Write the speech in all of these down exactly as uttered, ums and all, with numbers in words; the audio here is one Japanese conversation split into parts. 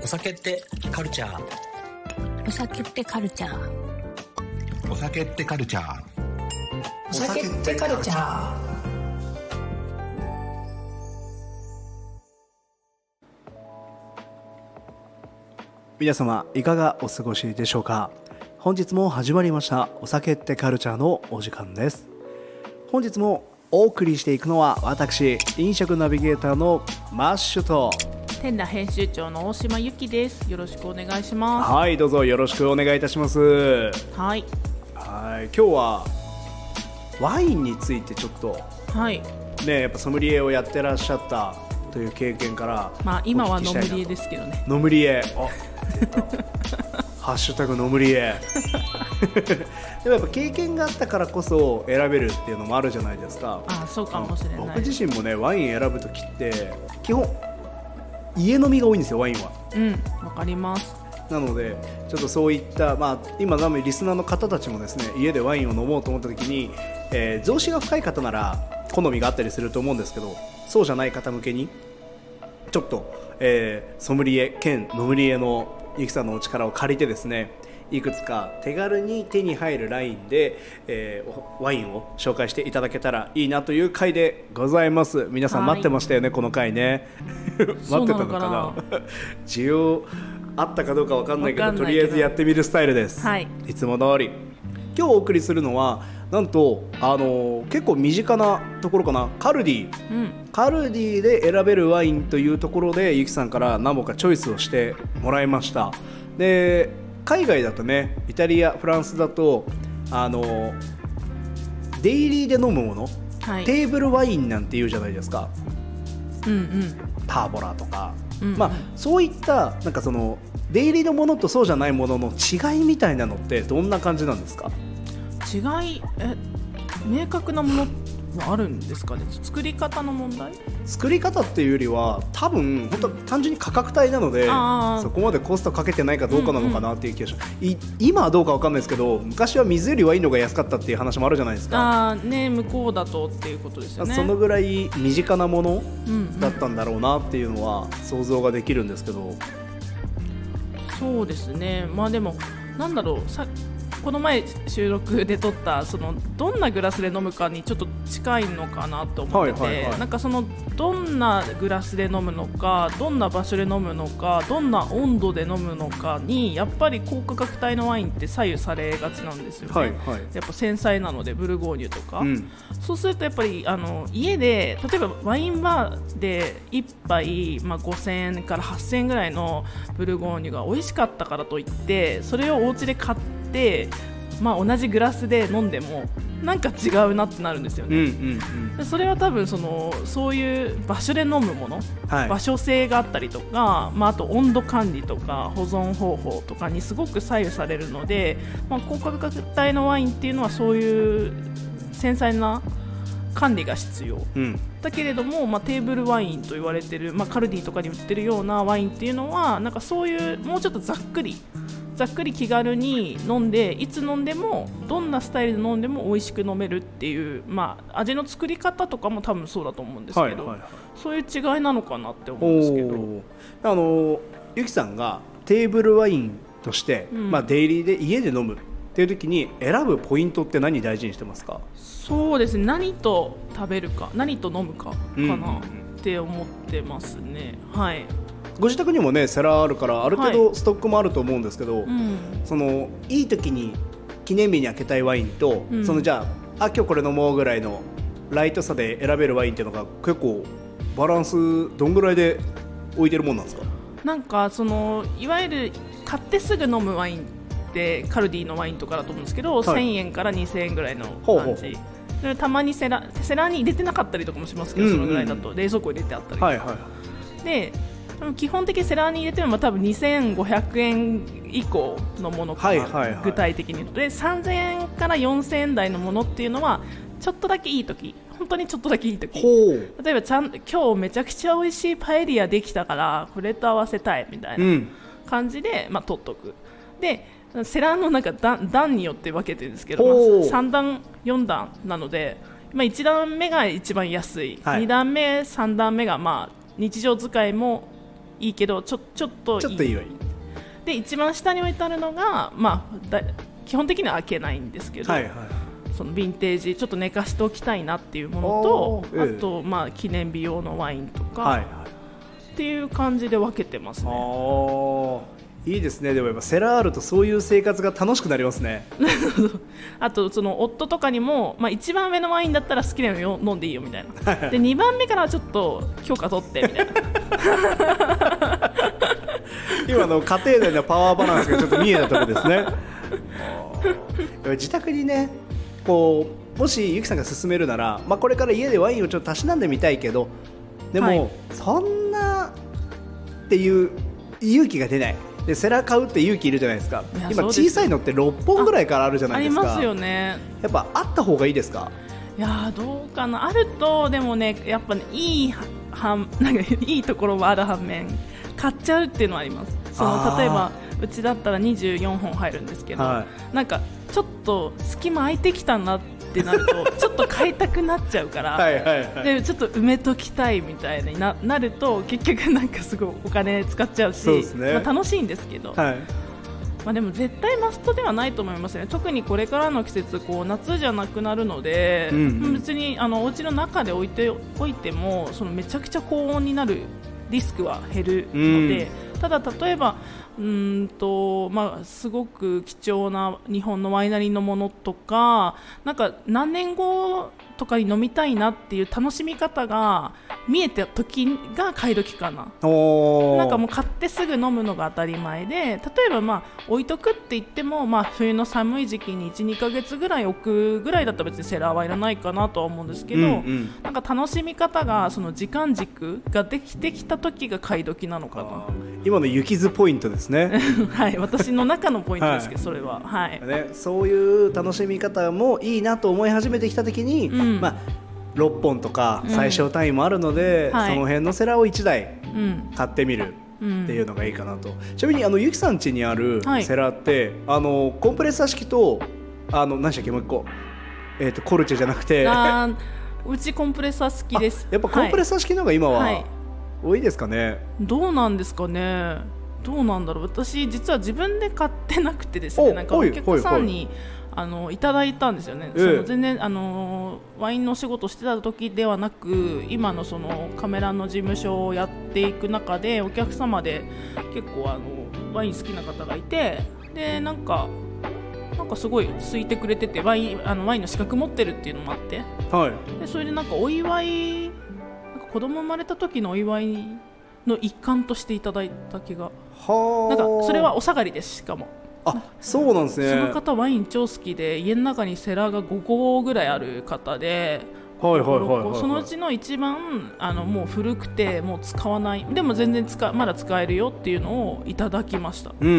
お酒ってカルチャー。 お酒ってカルチャー。 お酒ってカルチャー。 お酒ってカルチャー。 皆様いかがお過ごしでしょうか。本日も始まりましたお酒ってカルチャーのお時間です。本日もお送りしていくのは私飲食ナビゲーターのマッシュと天羅編集長の大島由紀です。よろしくお願いします。 はい、どうぞよろしくお願いいたします。 はい、 はい、今日はワインについてちょっとはいね、やっぱソムリエをやってらっしゃったという経験から、 まあ今はノムリエですけどね。 ノムリエ、あハッシュタグノムリエでもやっぱ経験があったからこそ選べるっていうのもあるじゃないですか。 ああ、そうかもしれない。 僕自身もね、ワイン選ぶときって基本家飲みが多いんですよ、ワインは。 うん、わかります。 なのでちょっとそういった、まあ、今多分リスナーの方たちもですね、家でワインを飲もうと思ったときに、えー、増資が深い方なら好みがあったりすると思うんですけど、そうじゃない方向けにちょっと、えー、ソムリエ兼ノムリエのゆきさんのお力を借りてですね、いくつか手軽に手に入るラインで、えー、ワインを紹介していただけたらいいなという回でございます。皆さん待ってましたよね、この回ね待ってたのかな需要あったかどうか分かんないけど、とりあえずやってみるスタイルです、 はい、 いつも通り。今日お送りするのはなんと、あのー、結構身近なところかな、カルディ、うん、カルディで選べるワインというところでゆきさんから何本かチョイスをしてもらいました。で、海外だとね、イタリア、フランスだと、あのー、デイリーで飲むもの、はい、テーブルワインなんて言うじゃないですか、 うんうん、 ターボラとか、 うんうん、 まあ、そういったなんかそのデイリーのものとそうじゃないものの違いみたいなのってどんな感じなんですか？ 違い、え、明確なものはあるんですかね。作り方の問題？ 作り方っていうよりは多分本当単純に価格帯なので、そこまでコストかけてないかどうかなのかなっていう気がします、うんうん、今はどうか分かんないですけど、昔は水よりワインの方が安かったっていう話もあるじゃないですか。 あ、ね、向こうだとっていうことですよね。 そのぐらい身近なものだったんだろうなっていうのは想像ができるんですけど、うんうん、 そうですね。まあでもなんだろう、さこの前収録で撮ったそのどんなグラスで飲むかにちょっと近いのかなと思ってて、はいはいはい、なんかそのどんなグラスで飲むのか、どんな場所で飲むのか、どんな温度で飲むのかにやっぱり高価格帯のワインって左右されがちなんですよね、はいはい、やっぱ繊細なので、ブルゴーニュとか、うん、そうするとやっぱりあの家で例えばワインバーでいっぱい、まあ、ごせんえんからはっせんえんぐらいのブルゴーニュが美味しかったからといってそれをお家で買ってで、まあ、同じグラスで飲んでもなんか違うなってなるんですよね、うんうんうん、それは多分そのそういう場所で飲むもの、はい、場所性があったりとか、まあ、あと温度管理とか保存方法とかにすごく左右されるので、まあ、高価格帯のワインっていうのはそういう繊細な管理が必要、うん、だけれども、まあ、テーブルワインと言われてる、まあ、カルディとかに売ってるようなワインっていうのはなんかそういうもうちょっとざっくりざっくり気軽に飲んで、いつ飲んでもどんなスタイルで飲んでも美味しく飲めるっていう、まあ、味の作り方とかも多分そうだと思うんですけど、はいはいはい、そういう違いなのかなって思うんですけど、 あのゆきさんがテーブルワインとして、うん、まあ、デイリーで家で飲むっていう時に選ぶポイントって何大事にしてますか？ そうですね、何と食べるか何と飲むかかなって思ってますね、うんうんうん、はい。 ご自宅にもねセラーあるからある程度ストックもあると思うんですけど、はい、うん、そのいい時に記念日に開けたいワインと、うん、そのじゃあ、あ今日これ飲もうぐらいのライトさで選べるワインっていうのが結構バランスどんぐらいで置いてるもんなんですか？なんかそのいわゆる買ってすぐ飲むワインってカルディのワインとかだと思うんですけど、はい、せんえんからにせんえんぐらいの感じ。ほうほうほう。たまにセラ、セラーに入れてなかったりとかもしますけど、うんうん、そのぐらいだと冷蔵庫入れてあったりとか、はいはい、で基本的にセラーに入れてるのは多分にせんごひゃくえん以降のものかな、はいはいはい、具体的にでさんぜんえんからよんせんえん台のものっていうのはちょっとだけいい時、本当にちょっとだけいい時、例えばちゃん今日めちゃくちゃ美味しいパエリアできたからこれと合わせたいみたいな感じで、うん、まあ、取っとく。でセラーのなんか 段, 段によって分けてるんですけど、まあ、さん段よん段なので、まあ、いち段目が一番安い、はい、に段目さん段目がまあ日常使いもいいけどちょ、ちょっといいちょっといいわいいで一番下に置いてあるのが、まあ、だ基本的には開けないんですけど、 はいはい、 そのヴィンテージちょっと寝かしておきたいなっていうものと、 ええ、 あと、まあ、記念日用のワインとか、 はいはい、 っていう感じで分けてますね。 あいいですね。でもやっぱセラーあるとそういう生活が楽しくなりますねあとその夫とかにも、まあ、一番上のワインだったら好きなのよ飲んでいいよみたいなでにばんめからはちょっと許可取ってみたいな今の家庭内のパワーバランスがちょっと見えたところですね自宅にねこうもしゆきさんが勧めるなら、まあ、これから家でワインをちょっとたしなんでみたいけどでも、はい、そんなっていう勇気が出ないでセラー買うって勇気いるじゃないですか。今小さいのってろっぽんぐらいからあるじゃないですか。 あ, ありますよね。 やっぱあった方がいいですか？ いやどうかな。あるとでもねやっぱねいいはんなんかいいところはある反面買っちゃうっていうのはあります。その例えばうちだったらにじゅうよんほん入るんですけど、はい、なんかちょっと隙間空いてきたなってなるとちょっと買いたくなっちゃうからはいはい、はい、でちょっと埋めときたいみたいに な, なると結局なんかすごいお金使っちゃうしそうですね、まあ、楽しいんですけど、はいまあ、でも絶対マストではないと思いますね。特にこれからの季節こう夏じゃなくなるので、うん、別にあのお家の中で置いておいてもそのめちゃくちゃ高温になるリスクは減るので、うん、ただ例えばうーんと、まあ、すごく貴重な日本のワイナリーのものとかなんか何年後とかに飲みたいなっていう楽しみ方が見えた時が買い時かな。なんかもう買ってすぐ飲むのが当たり前で例えばまあ置いとくって言っても、まあ、冬の寒い時期に いちにかげつぐらい置くぐらいだったら別にセラーはいらないかなとは思うんですけど、うんうん、なんか楽しみ方がその時間軸ができてきた時が買い時なのかな。 今の雪図ポイントですねはい私の中のポイントですけど、はい、それは、はいね、そういう楽しみ方もいいなと思い始めてきたときに、うんまあ、ろっぽんとか最小単位もあるので、うん、その辺のセラーをいちだい買ってみるっていうのがいいかなと、うん、ちなみにあのゆきさん家にあるセラーって、はい、あのコンプレッサー式とあの何でしたっけもう一個、えー、とコルチェじゃなくてあうちコンプレッサー式です。 やっぱコンプレッサー式の方が今は、はい多いですかね。 どうなんですかね。どうなんだろう。私実は自分で買ってなくてですねなんかお客さんにあのいただいたんですよね、ええ、その全然あのワインの仕事をしてた時ではなく今のそのカメラの事務所をやっていく中でお客様で結構あのワイン好きな方がいてでなんかなんかすごい空いてくれててワイン、あのワインの資格持ってるっていうのもあって、はい、でそれでなんかお祝い子供生まれた時のお祝いの一環としていただいた気がはなんかそれはお下がりです。しかもあそうなんですね。 その方ワイン超好きで家の中にセラーがごこぐらいある方で、はいはいはいはいはい、そのうちの一番あのもう古くてもう使わないでも全然使まだ使えるよっていうのをいただきました、うんうんうん、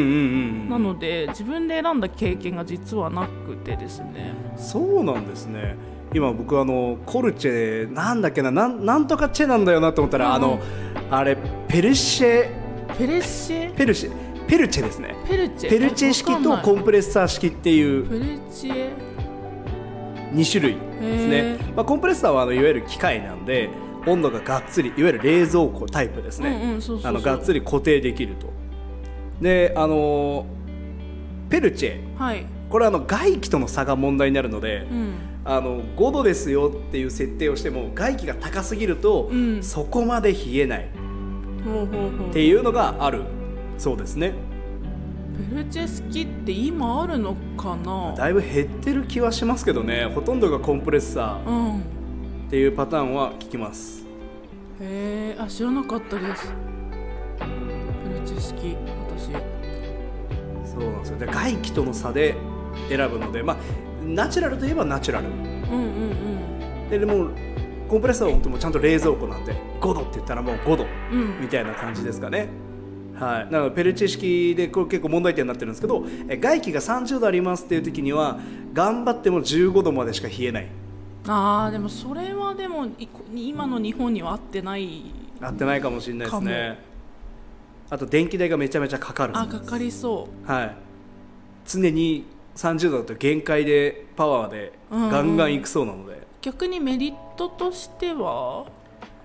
なので自分で選んだ経験が実はなくてですね。 そうなんですね。今僕あのコルチェなんだっけな、な ん, なんとかチェなんだよなと思ったら、うん、あのあれペルシェペルシェペルシェペルチェですね。 ペルチェペルチェ式とコンプレッサー式っていうペルチェに種類ですね。まあ、コンプレッサーはあのいわゆる機械なんで温度ががっつりいわゆる冷蔵庫タイプですね。がっつり固定できると。であのペルチェ、はい、これはあの外気との差が問題になるので、うん、あのごどですよっていう設定をしても外気が高すぎると、うん、そこまで冷えないっていうのがあるそうですね。 ペルチェ式って今あるのかな。 だいぶ減ってる気はしますけどね。ほとんどがコンプレッサーっていうパターンは聞きます、 うん、へえ、あ、知らなかったです。ペルチェ式私そうなんですよ。で外気との差で選ぶので、まあナチュラルといえばナチュラル、うんうんうん、で, でもコンプレッサーは本当もちゃんと冷蔵庫なんでごどって言ったらもうごどみたいな感じですかね、うん、はい。なのでペルチェ式でこれ結構問題点になってるんですけど、え外気がさんじゅうどありますっていう時には頑張ってもじゅうごどまでしか冷えない。 あーでもそれはでも今の日本には合ってない合ってないかもしれないですね。あと電気代がめちゃめちゃかかる。 あ、かかりそう、 はい。常にさんじゅうどだと限界でパワーでガンガンいくそうなので、うんうん、 逆にメリットとしては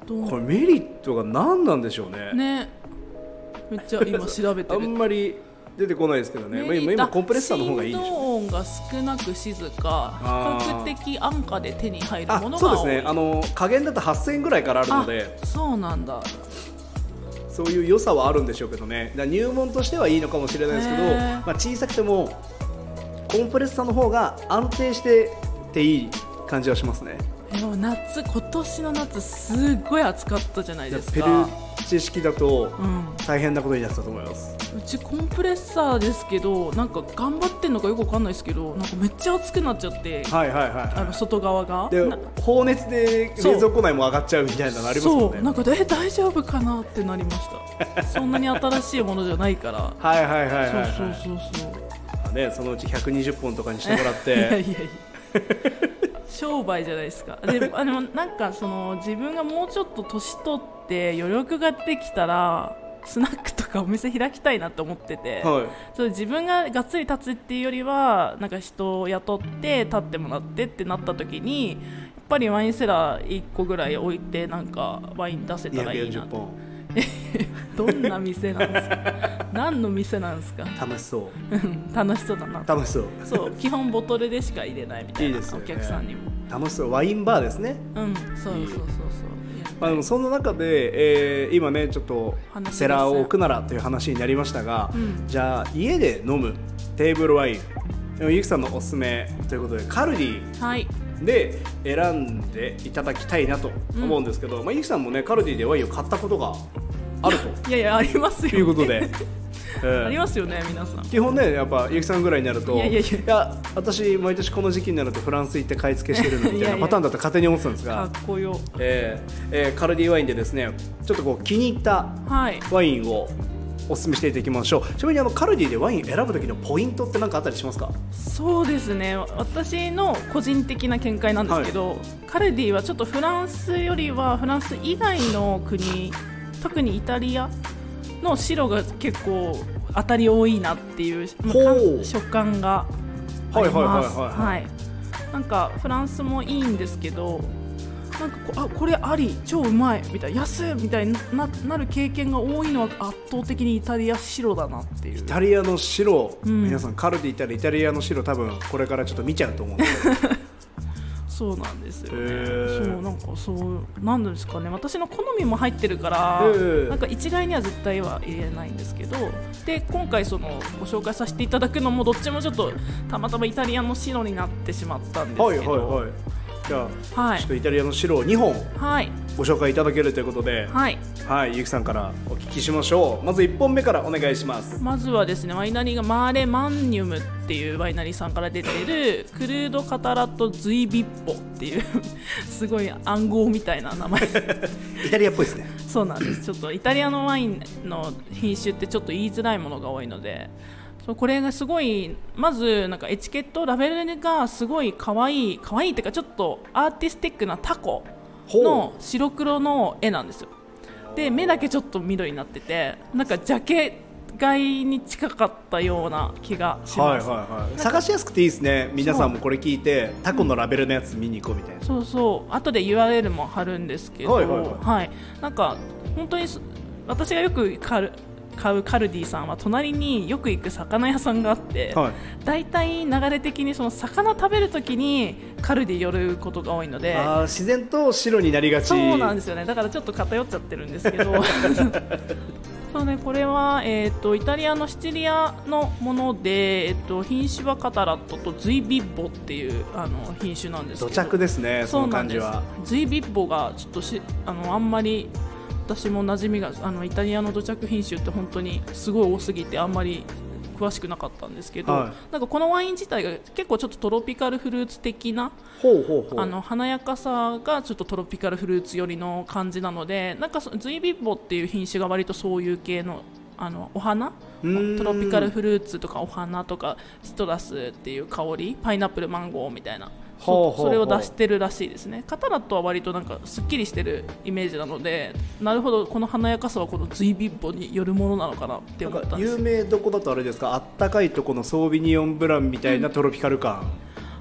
これメリットが何なんでしょうね。 ね、めっちゃ今調べてある。 んまり出てこないですけどね。まあ、今今コンプレッサーの方がいいんでしょうね。 振動音が少なく静か、比較的安価で手に入るものあ、そうが多い。 ですね。あの加減だとはっせんえんぐらいからあるので、 あ、そうなんだ。 そういう良さはあるんでしょうけどね。だから入門としてはいいのかもしれないですけど、 へーまあ、小さくてもコンプレッサーの方が安定してていい感じはしますね。 でも夏、今年の夏すっごい暑かったじゃないですか。 ペルチェ式だとうん大変なことになってたと思います。 うちコンプレッサーですけど、なんか頑張ってんのかよくわかんないですけど、なんかめっちゃ暑くなっちゃって、 はいはいはい、 あの外側がでな放熱で冷蔵庫内も上がっちゃうみたいなのありますもんね。 そう、なんかえ大丈夫かなってなりましたそんなに新しいものじゃないから。 はいはいはいはい、はい、 そうそうそうそうね、そのうちひゃくにじゅっぽんとかにしてもらっいやいやていや商売じゃないですか。であのなんかその自分がもうちょっと年取って余力ができたらスナックとかお店開きたいなと思ってて、 はい、 そう自分ががっつり立つっていうよりはなんか人を雇って立ってもらってってなった時にやっぱりワインセラーいっこぐらい置いてなんかワイン出せたらいいなと。どんな店なんですか何の店なんですか。 楽しそう楽しそうだな。 楽しそうそう基本ボトルでしか入れないみたいないいですよね。 お客さんにも楽しそう。ワインバーですね。 うんそうそうそうそうまあ、でもその中で、えー、今ねちょっとセラーを置くならという話になりましたが、 うん、 じゃあ家で飲むテーブルワイン、ゆきさんのおすすめということでカルディはいで選んでいただきたいなと思うんですけど、うんまあ、ゆきさんもねカルディでワインを買ったことがあるといやいやありますよ、ね、 ということでえー、 ありますよね皆さん。 基本ねやっぱゆきさんぐらいになるといやいやいやいや私毎年この時期になるとフランス行って買い付けしてるのみたいないやいやパターンだと勝手に思ってたんですかがっこよ、 えーえー、カルディワインでですねちょっとこう気に入ったはいワインをお勧めしていただきましょう。ちなみにあのカルディでワイン選ぶ時のポイントって何かあったりしますか。 そうですね私の個人的な見解なんですけど、はい、カルディはちょっとフランスよりはフランス以外の国特にイタリアの白が結構当たり多いなっていう食感があります。なんかフランスもいいんですけどなんかこあこれあり超うまいみたいな安いみたいに な, なる経験が多いのは圧倒的にイタリア白だなっていう。 イタリアの白、 うん、 皆さんカルディ行ったらイタリアの白多分これからちょっと見ちゃうと思うんでそうなんですよね。そうなんかそうなんですかね私の好みも入ってるからなんか一概には絶対は言えないんですけどで今回そのご紹介させていただくのもどっちもちょっとたまたまイタリアの白になってしまったんですけどはいはいはいじゃあ、はい、ちょっとイタリアの白をにほんご紹介いただけるということで、 はいはい、ゆきさんからお聞きしましょう。まずいっぽんめからお願いします。 まずはですねワイナリーがマーレマンニュムっていうワイナリーさんから出ているクルードカタラットズイビッポっていうすごい暗号みたいな名前イタリアっぽいですね。 そうなんです。ちょっとイタリアのワインの品種ってちょっと言いづらいものが多いのでそうこれがすごいまずなんかエチケットラベルがすごい可愛い可愛いっていうかちょっとアーティスティックなタコの白黒の絵なんですよ。で目だけちょっと緑になっててなんかジャケ買いに近かったような気がします、はいはいはい、 探しやすくていいですね。皆さんもこれ聞いてタコのラベルのやつ見に行こうみたいな、うん、 そうそう後で ユーアールエル も貼るんですけど、はいはいはいはい、なんか本当に私がよく買う買うカルディさんは隣によく行く魚屋さんがあって、はい、だいたい流れ的にその魚食べるときにカルディ寄ることが多いのであ自然と白になりがち。 そうなんですよね。だからちょっと偏っちゃってるんですけどそうね、これは、えー、とイタリアのシチリアのもので、えー、と品種はカタラットとズイビッボっていうあの品種なんですけど土着ですね。その感じはズイビッボがちょっとし あ, のあんまり私も馴染みがあのイタリアの土着品種って本当にすごい多すぎてあんまり詳しくなかったんですけど、はい、なんかこのワイン自体が結構ちょっとトロピカルフルーツ的なほうほうほうあの華やかさがちょっとトロピカルフルーツ寄りの感じなのでなんかズイビッボっていう品種が割とそういう系のあのお花トロピカルフルーツとかお花とかシトラスっていう香りパイナップルマンゴーみたいなそ, それを出してるらしいですね。カタラットは割となんかすっきりしてるイメージなのでなるほどこの華やかさはこのズイビッボによるものなのかなって思ったんです。 有名どこだとあれですかあったかいとこのソービニオンブランみたいなトロピカル感、 う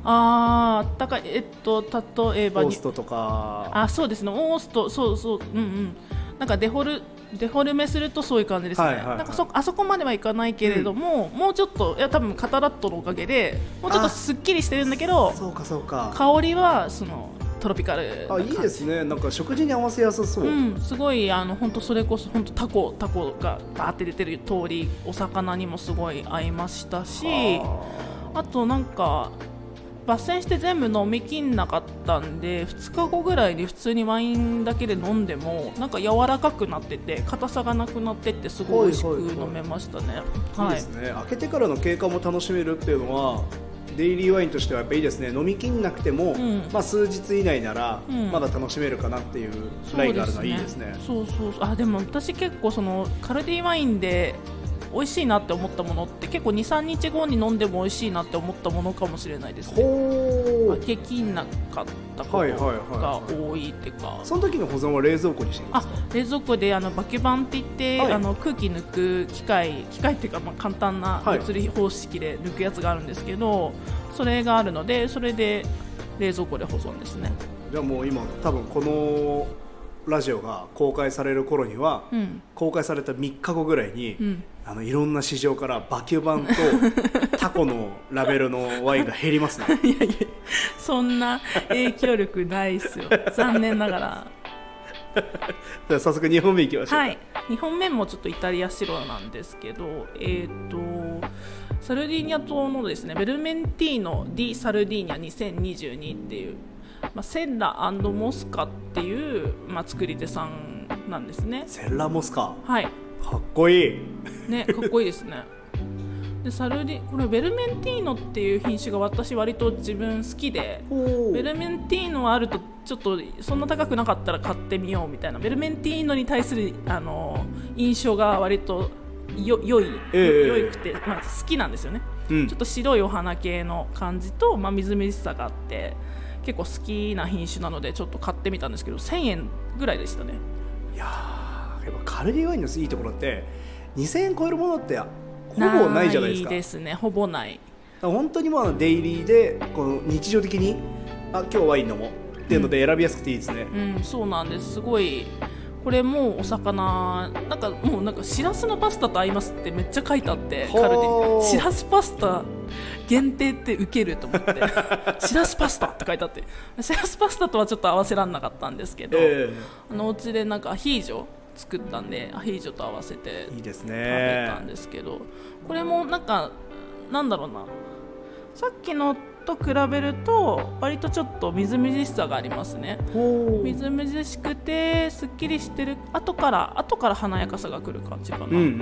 あーあったかい、えっと例えばオーストとか。 あそうですね、オースト、そうそう、うんうん、なんかデフォルデフォルメするとそういう感じですね、 はいはいはい、 なんかそあそこまではいかないけれども、うん、もうちょっと、いや多分カタラットのおかげでもうちょっとすっきりしてるんだけど、 そうかそうか、 香りはそのトロピカルな感じ。 あいいですね、なんか食事に合わせやすそう、 うん、すごいあの本当それこそ本当タコタコがバーって出てる通りお魚にもすごい合いましたし、あとなんか抜栓して全部飲みきんなかったんでふつかごぐらいで普通にワインだけで飲んでもなんか柔らかくなってて硬さがなくなってってすごい美味しく飲めましたね。 いいですね、開けてからの経過も楽しめるっていうのはデイリーワインとしてはやっぱいいですね。飲みきんなくても、うん、まあ、数日以内ならまだ楽しめるかなっていうラインがあるのはいいですね。 そうですね。そうそうそう。あでも私結構そのカルディワインで美味しいなって思ったものって結構 にさんにちごに飲んでも美味しいなって思ったものかもしれないですね。開けきんなかったことが多いっていうか、はいはいはいはい、 その時の保存は冷蔵庫にしてるんですか？ あ冷蔵庫であのバキュバンって言って、はい、あの空気抜く機械機械っていうか、まあ、簡単な物理方式で抜くやつがあるんですけど、はい、それがあるのでそれで冷蔵庫で保存ですね。 じゃあもう今多分このラジオが公開される頃には、うん、公開されたみっかごぐらいに、うん、あのいろんな市場からバキュバンとタコのラベルのワインが減りますね。 いやいやそんな影響力ないですよ残念ながら。 じゃあ早速にほんめいきましょう。 はい、にほんめもちょっとイタリア白なんですけど、えーとサルディーニャ島のですねベルメンティーノ・ディ・サルディーニャにせんにじゅうにっていう、まあ、セッラ&モスカっていう、まあ、作り手さんなんですね。 セッラ・モスカ、 はい、 かっこいいね、かっこいいですね。でサルディこれベルメンティーノっていう品種が私割と自分好きで、ベルメンティーノはあるとちょっとそんな高くなかったら買ってみようみたいな、ベルメンティーノに対するあの印象が割とよ良い、えー、良くて、まあ、好きなんですよね、うん、ちょっと白いお花系の感じと、まあ、みずみずしさがあって結構好きな品種なのでちょっと買ってみたんですけどせんえんぐらいでしたね。 いやーやっぱカルディワインのいいところってにせんえん超えるものってほぼないじゃないですか。 ないですね、ほぼない。 本当にまあデイリーでこの日常的にあ今日ワイン飲もうっていうので選びやすくていいですね、 うんうん、そうなんです。すごいこれもお魚なんかもうなんかシラスのパスタと合いますってめっちゃ書いてあって、カルディシラスパスタ限定ってウケると思ってシラスパスタって書いてあって、シラスパスタとはちょっと合わせられなかったんですけど、えー、あのお家でなんかアヒージョ作ったんでアヒージョと合わせて食べたんですけど、いいですね。これもなんかなんだろうな、さっきのと比べると割とちょっとみずみずしさがありますね。みずみずしくてすっきりしてる、後から後から華やかさが来る感じかな、うんうんうん、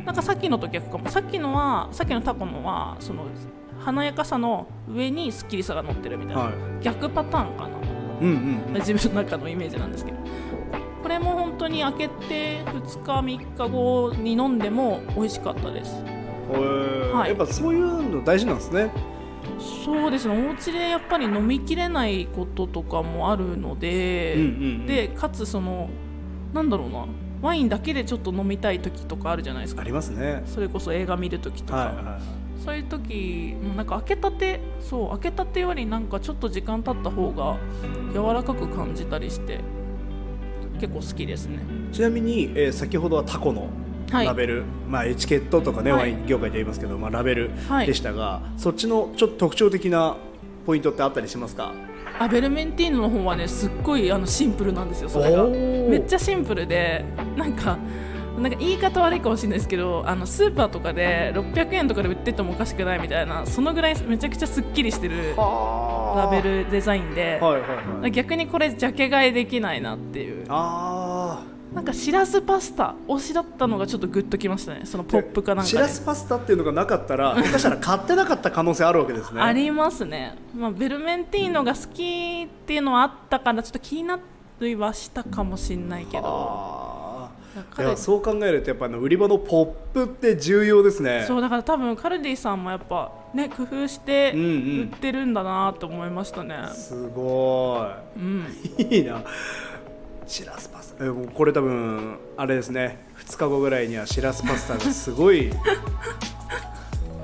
なんかさっきのと逆かも。さっきのはさっきのタコのはその華やかさの上にすっきりさが乗ってるみたいな、はい、逆パターンかな、うんうんうん、自分の中のイメージなんですけど、これも本当に開けてふつかみっかごに飲んでも美味しかったです。 はい、やっぱそういうの大事なんですね。 そうですね、お家でやっぱり飲みきれないこととかもあるので、うんうんうん、でかつそのなんだろうな、ワインだけでちょっと飲みたい時とかあるじゃないですか。 ありますね。 それこそ映画見る時とか、はいはいはい、そういう時なんか開けたてそう開けたてよりなんかちょっと時間経った方が柔らかく感じたりして結構好きですね。 ちなみに、えー、先ほどはタコのラベル、はい、まあ、エチケットとかね、はい、ワイン業界で言いますけど、まあ、ラベルでしたが、はい、そっちのちょっと特徴的なポイントってあったりしますか？ あベルメンティーノの方はねすっごいあのシンプルなんですよ。それがめっちゃシンプルでなんかなんか言い方悪いかもしれないですけど、あのスーパーとかでろっぴゃくえんとかで売っててもおかしくないみたいな、そのぐらいめちゃくちゃすっきりしてるラベルデザインで、はいはいはい、逆にこれジャケ買いできないなっていう。あなんかしらすパスタ推しだったのがちょっとグッときましたね。そのポップかなんかでしらすパスタっていうのがなかったらもしかしたら買ってなかった可能性あるわけですね。 ありますね、まあ、ベルメンティーノが好きっていうのはあったからちょっと気になってはしたかもしれないけど、 いやそう考えるとやっぱ売り場のポップって重要ですね。 そうだから多分カルディさんもやっぱね工夫して売ってるんだなと思いましたね、うんうん、 すごい、うん、いいな。しらすパスタ、これ多分あれですね、ふつかごぐらいにはしらすパスタがすごい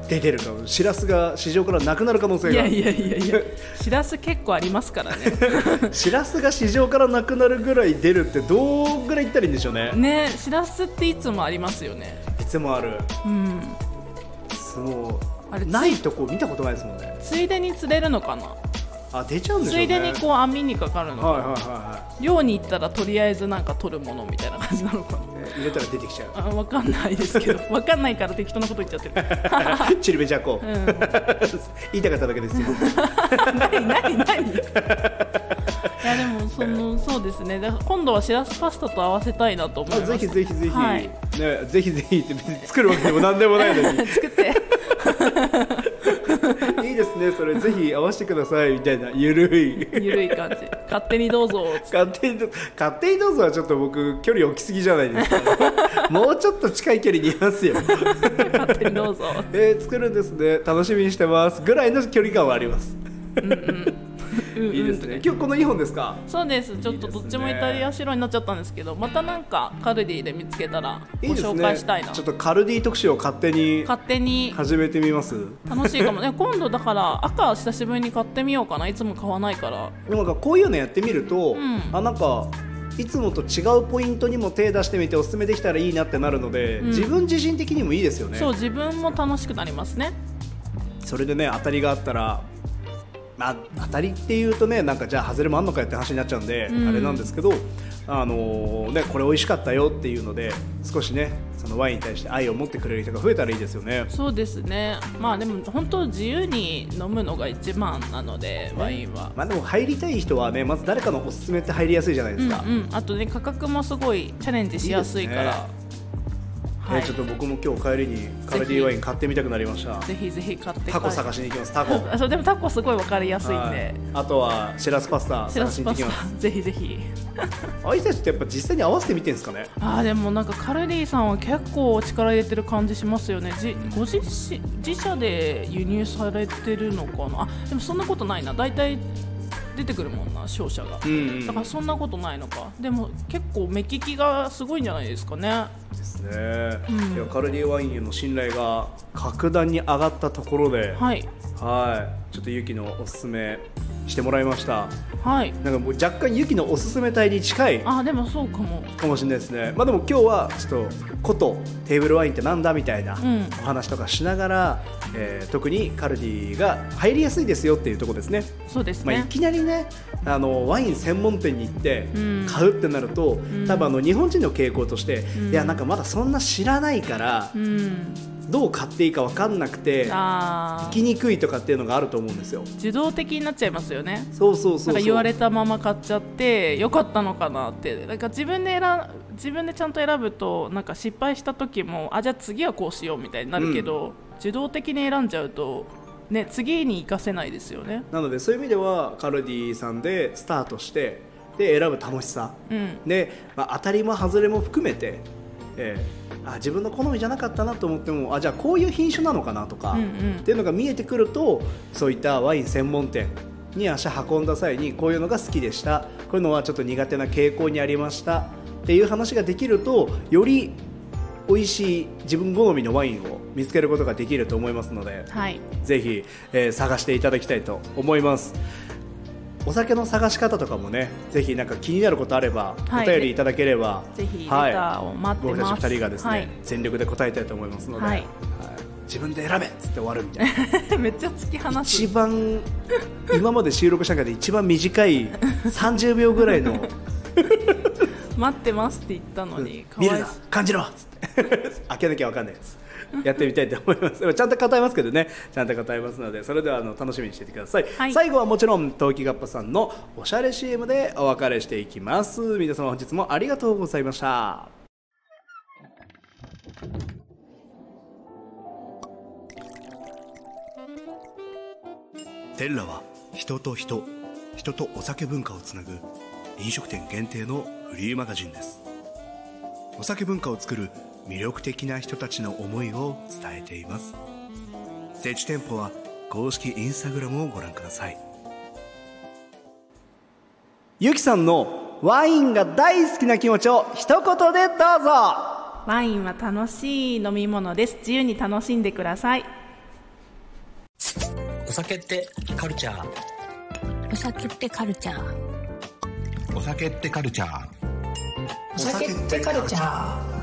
出てるかも。しらすが市場からなくなる可能性が。 いやいやいやいやしらす結構ありますからねしらすが市場からなくなるぐらい出るってどうぐらい言ったらいいんでしょうね。 ね、しらすっていつもありますよね。 いつもある。 うんそうあれないとこ見たことないですもんね。 ついでに釣れるのかな。 あ、出ちゃうんでしょうね。 ついでにこう網にかかるのかな、 はいはいはいは漁に行ったらとりあえずなんか取るものみたいな感じなのかな。 い、ね、入れたら出てきちゃう。 あ、分かんないですけど分かんないから適当なこと言っちゃってるチルベジャコ、 うん言いたかっただけですよ何何何いやでもそのそうですね。だから今度はしらすパスタと合わせたいなと思います。 ぜひぜひぜひ、 はいね、ぜひぜひって別に作るわけでもなんでもないのに作っていいですね、それぜひ合わせてくださいみたいなゆるいゆるい感じ勝手にどうぞ勝手にど勝手にどうぞはちょっと僕距離置きすぎじゃないですかもうちょっと近い距離にいますよ勝手にどうぞえー、作るんですね、楽しみにしてますぐらいの距離感はありますうんうんいいですね。今日このにほんですか。 そうです。ちょっとどっちもイタリア白になっちゃったんですけど、またなんかカルディで見つけたらご紹介したいな。 いいですね、ちょっとカルディ特集を勝手に勝手に始めてみます。 楽しいかもね。今度だから赤久しぶりに買ってみようかな。いつも買わないからでもなんかこういうのやってみると、 うん、 あなんかいつもと違うポイントにも手出してみておすすめできたらいいなってなるので、うん、自分自身的にもいいですよね。 そう、自分も楽しくなりますね。 それでね、当たりがあったらまあ、当たりっていうとね、なんかじゃあ外れもあんのかよって話になっちゃうんで、うん、あれなんですけど、あのーね、これ美味しかったよっていうので少しね、そのワインに対して愛を持ってくれる人が増えたらいいですよね。 そうですね。まあでも本当自由に飲むのが一番なので、ワインは、 まあ、でも入りたい人はね、まず誰かのおすすめって入りやすいじゃないですか、 うんうん、あとね、価格もすごいチャレンジしやすいから。いいですね。はい、 ちょっと僕も今日帰りにカルディワイン買ってみたくなりました。 ぜひぜひ買ってタコ探しに行きます。タコそう、でもタコすごい分かりやすいんで、 あとはシラスパスタ探しに行ってきます。 ぜひぜひああいう人たちってやっぱ実際に合わせてみてるんですかね。 あ、でもなんかカルディさんは結構力入れてる感じしますよね。じご自自社で輸入されてるのかな。あ、でもそんなことないな。大体出てくるもんな、商社が、うんうん、だからそんなことないのか。でも結構目利きがすごいんじゃないですかね。 ですね、うん、いやカルディワインへの信頼が格段に上がったところで、はい、はいちょっとユキのおすすめしてもらいました。 はい、 なんかもう若干ユキのおすすめ隊に近い。 あ、でもそうかもかもしれないですね。まあでも今日はちょっとことテーブルワインってなんだみたいなお話とかしながら、うん、えー、特にカルディが入りやすいですよっていうところですね。 そうですね。 まあ、いきなりね、あのワイン専門店に行って買うってなると、うん、多分あの日本人の傾向として、うん、いやなんかまだそんな知らないから、うん、どう買っていいか分かんなくて行きにくいとかっていうのがあると思うんですよ。 受動的になっちゃいますよね。 そうそうそうそう。 なんか言われたまま買っちゃってよかったのかなって。なんか自分で選自分でちゃんと選ぶとなんか失敗した時もあじゃあ次はこうしようみたいになるけど、うん、受動的に選んじゃうとね、次に活かせないですよね。 なのでそういう意味ではカルディさんでスタートしてで選ぶ楽しさ、うん、で、まあ、当たりも外れも含めて、えー、あ自分の好みじゃなかったなと思ってもあじゃあこういう品種なのかなとか、うんうん、っていうのが見えてくるとそういったワイン専門店に足運んだ際にこういうのが好きでした、こういうのはちょっと苦手な傾向にありましたっていう話ができるとより美味しい自分好みのワインを見つけることができると思いますので、はい、ぜひ、えー、探していただきたいと思います。お酒の探し方とかもね、ぜひなんか気になることあれば、はい、お便りいただければ、 ぜひレターを待ってます。 僕たちふたりがですね、はい、全力で答えたいと思いますので、はいはい、自分で選べっつって終わるみたいなめっちゃ突き放す。 一番今まで収録した中で一番短いさんじゅうびょうぐらいの待ってますって言ったのに、 うん、見るな感じろっつって開けなきゃ分かんないやつやってみたいと思います。ちゃんと語りますけどね、ちゃんと語りますので、それではあの楽しみにしていてください、はい、最後はもちろん陶器ガッパさんのおしゃれ シーエム でお別れしていきます。皆様本日もありがとうございました。 テッラは人と人、人とお酒文化をつなぐ飲食店限定のフリーマガジンです。お酒文化を作る魅力的な人たちの思いを伝えています。設置店舗は公式インスタグラムをご覧ください。 ゆきさんのワインが大好きな気持ちを一言でどうぞ。 ワインは楽しい飲み物です。自由に楽しんでください。 お酒ってカルチャー。 お酒ってカルチャー。 お酒ってカルチャー。 お酒ってカルチャー。